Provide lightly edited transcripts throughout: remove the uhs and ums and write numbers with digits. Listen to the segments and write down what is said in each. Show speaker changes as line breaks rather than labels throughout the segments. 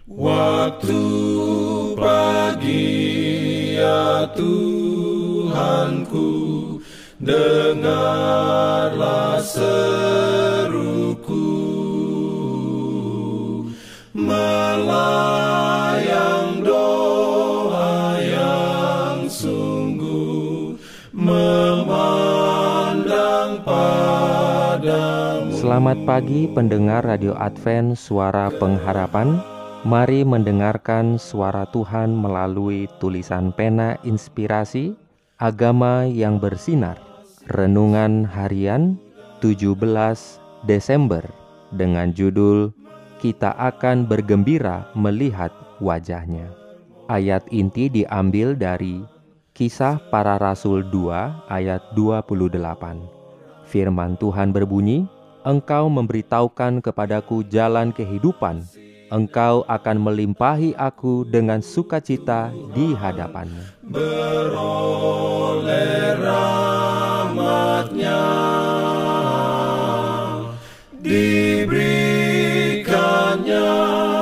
Waktu pagi ya Tuhanku, dengarlah seruku, melayang doa yang sungguh, memandang padamu.
Selamat pagi pendengar Radio Advent Suara Pengharapan. Mari mendengarkan suara Tuhan melalui tulisan pena inspirasi Agama yang Bersinar. Renungan harian 17 Desember dengan judul Kita Akan Bergembira Melihat Wajahnya. Ayat inti diambil dari Kisah Para Rasul 2 ayat 28. Firman Tuhan berbunyi, Engkau memberitahukan kepadaku jalan kehidupan. Engkau akan melimpahi aku dengan sukacita di hadapanmu.
Beroleh rahmat-Nya, diberikannya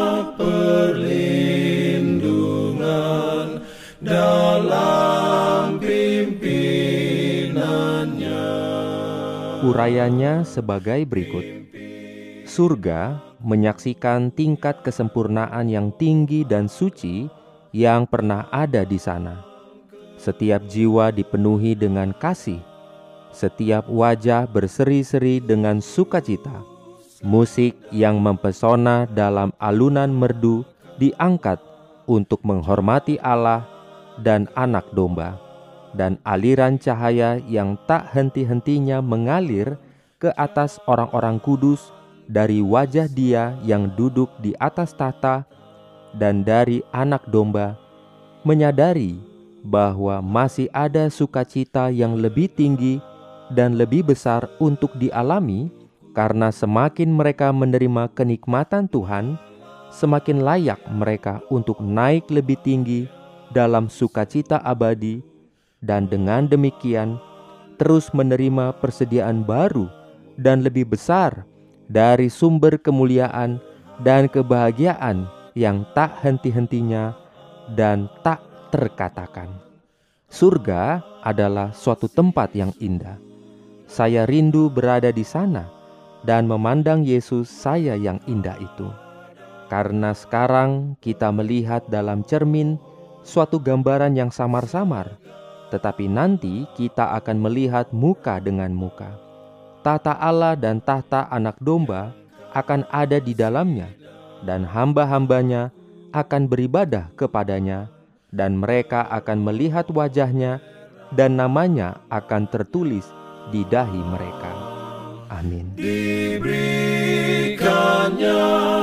perlindungan dalam pimpinannya.
Urayanya sebagai berikut. Surga menyaksikan tingkat kesempurnaan yang tinggi dan suci yang pernah ada di sana. Setiap jiwa dipenuhi dengan kasih. Setiap wajah berseri-seri dengan sukacita. Musik yang mempesona dalam alunan merdu diangkat untuk menghormati Allah dan Anak Domba. Dan aliran cahaya yang tak henti-hentinya mengalir ke atas orang-orang kudus dari wajah Dia yang duduk di atas tahta dan dari Anak Domba, menyadari bahwa masih ada sukacita yang lebih tinggi dan lebih besar untuk dialami, karena semakin mereka menerima kenikmatan Tuhan, semakin layak mereka untuk naik lebih tinggi dalam sukacita abadi, dan dengan demikian terus menerima persediaan baru dan lebih besar dari sumber kemuliaan dan kebahagiaan yang tak henti-hentinya dan tak terkatakan. Surga adalah suatu tempat yang indah. Saya rindu berada di sana dan memandang Yesus saya yang indah itu. Karena sekarang kita melihat dalam cermin suatu gambaran yang samar-samar, tetapi nanti kita akan melihat muka dengan muka. Tahta Allah dan tahta Anak Domba akan ada di dalamnya, dan hamba-hambanya akan beribadah kepadanya, dan mereka akan melihat wajahnya, dan namanya akan tertulis di dahi mereka. Amin.
Diberikannya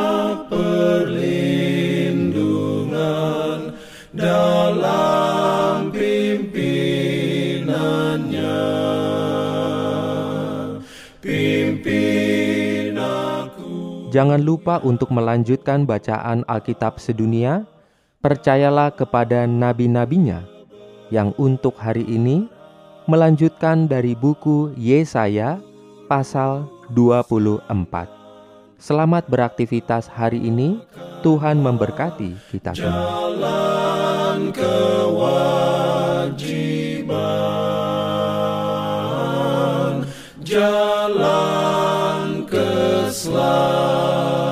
perlindungan dalam pimpinannya.
Jangan lupa untuk melanjutkan bacaan Alkitab sedunia. Percayalah kepada nabi-nabinya yang untuk hari ini melanjutkan dari buku Yesaya pasal 24. Selamat beraktivitas hari ini. Tuhan memberkati kita semua.
Jalan kewajiban, jalan keselamatan.